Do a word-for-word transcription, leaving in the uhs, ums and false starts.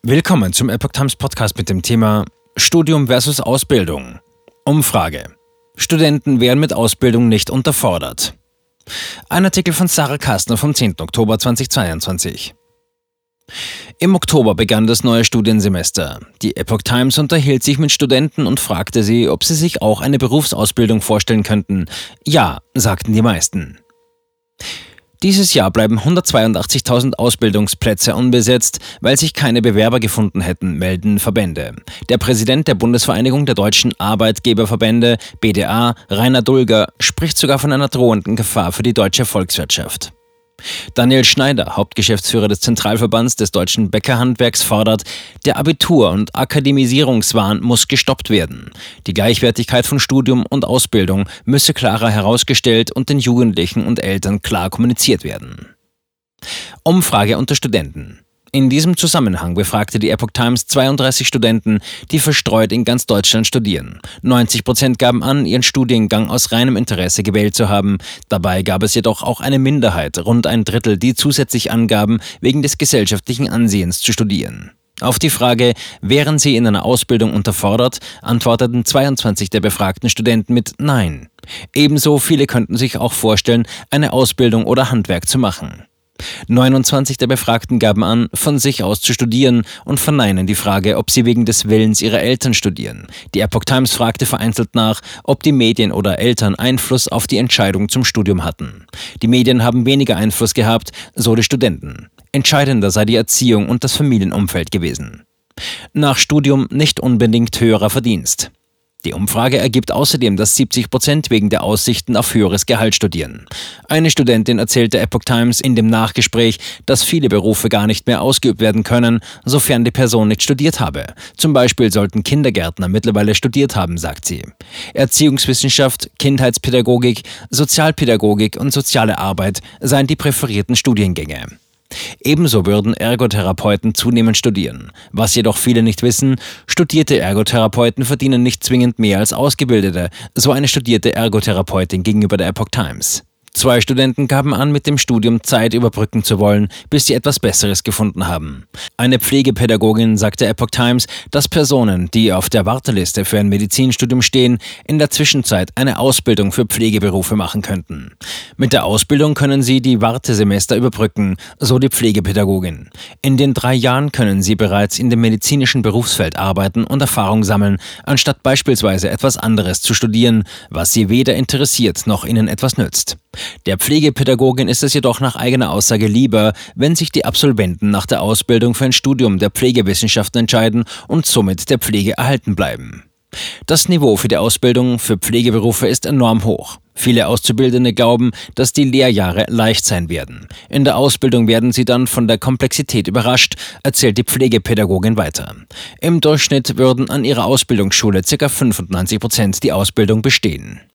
Willkommen zum Epoch Times Podcast mit dem Thema Studium versus Ausbildung. Umfrage. Studenten werden mit Ausbildung nicht unterfordert. Ein Artikel von Sarah Kastner vom zehnten Oktober zweitausendzweiundzwanzig. Im Oktober begann das neue Studiensemester. Die Epoch Times unterhielt sich mit Studenten und fragte sie, ob sie sich auch eine Berufsausbildung vorstellen könnten. Ja, sagten die meisten. Dieses Jahr bleiben hundertzweiundachtzigtausend Ausbildungsplätze unbesetzt, weil sich keine Bewerber gefunden hätten, melden Verbände. Der Präsident der Bundesvereinigung der deutschen Arbeitgeberverbände, B D A, Rainer Dulger, spricht sogar von einer drohenden Gefahr für die deutsche Volkswirtschaft. Daniel Schneider, Hauptgeschäftsführer des Zentralverbands des deutschen Bäckerhandwerks, fordert, der Abitur- und Akademisierungswahn muss gestoppt werden. Die Gleichwertigkeit von Studium und Ausbildung müsse klarer herausgestellt und den Jugendlichen und Eltern klar kommuniziert werden. Umfrage unter Studenten. In diesem Zusammenhang befragte die Epoch Times zweiunddreißig Studenten, die verstreut in ganz Deutschland studieren. neunzig Prozent gaben an, ihren Studiengang aus reinem Interesse gewählt zu haben. Dabei gab es jedoch auch eine Minderheit, rund ein Drittel, die zusätzlich angaben, wegen des gesellschaftlichen Ansehens zu studieren. Auf die Frage, wären sie in einer Ausbildung unterfordert, antworteten zweiundzwanzig der befragten Studenten mit Nein. Ebenso viele könnten sich auch vorstellen, eine Ausbildung oder Handwerk zu machen. neunundzwanzig der Befragten gaben an, von sich aus zu studieren und verneinen die Frage, ob sie wegen des Willens ihrer Eltern studieren. Die Epoch Times fragte vereinzelt nach, ob die Medien oder Eltern Einfluss auf die Entscheidung zum Studium hatten. Die Medien haben weniger Einfluss gehabt, so die Studenten. Entscheidender sei die Erziehung und das Familienumfeld gewesen. Nach Studium nicht unbedingt höherer Verdienst. Die Umfrage ergibt außerdem, dass siebzig Prozent wegen der Aussichten auf höheres Gehalt studieren. Eine Studentin erzählte Epoch Times in dem Nachgespräch, dass viele Berufe gar nicht mehr ausgeübt werden können, sofern die Person nicht studiert habe. Zum Beispiel sollten Kindergärtner mittlerweile studiert haben, sagt sie. Erziehungswissenschaft, Kindheitspädagogik, Sozialpädagogik und soziale Arbeit seien die präferierten Studiengänge. Ebenso würden Ergotherapeuten zunehmend studieren. Was jedoch viele nicht wissen, studierte Ergotherapeuten verdienen nicht zwingend mehr als Ausgebildete, so eine studierte Ergotherapeutin gegenüber der Epoch Times. Zwei Studenten gaben an, mit dem Studium Zeit überbrücken zu wollen, bis sie etwas Besseres gefunden haben. Eine Pflegepädagogin sagte Epoch Times, dass Personen, die auf der Warteliste für ein Medizinstudium stehen, in der Zwischenzeit eine Ausbildung für Pflegeberufe machen könnten. Mit der Ausbildung können sie die Wartesemester überbrücken, so die Pflegepädagogin. In den drei Jahren können sie bereits in dem medizinischen Berufsfeld arbeiten und Erfahrung sammeln, anstatt beispielsweise etwas anderes zu studieren, was sie weder interessiert noch ihnen etwas nützt. Der Pflegepädagogin ist es jedoch nach eigener Aussage lieber, wenn sich die Absolventen nach der Ausbildung für ein Studium der Pflegewissenschaften entscheiden und somit der Pflege erhalten bleiben. Das Niveau für die Ausbildung für Pflegeberufe ist enorm hoch. Viele Auszubildende glauben, dass die Lehrjahre leicht sein werden. In der Ausbildung werden sie dann von der Komplexität überrascht, erzählt die Pflegepädagogin weiter. Im Durchschnitt würden an ihrer Ausbildungsschule ca. fünfundneunzig Prozent die Ausbildung bestehen.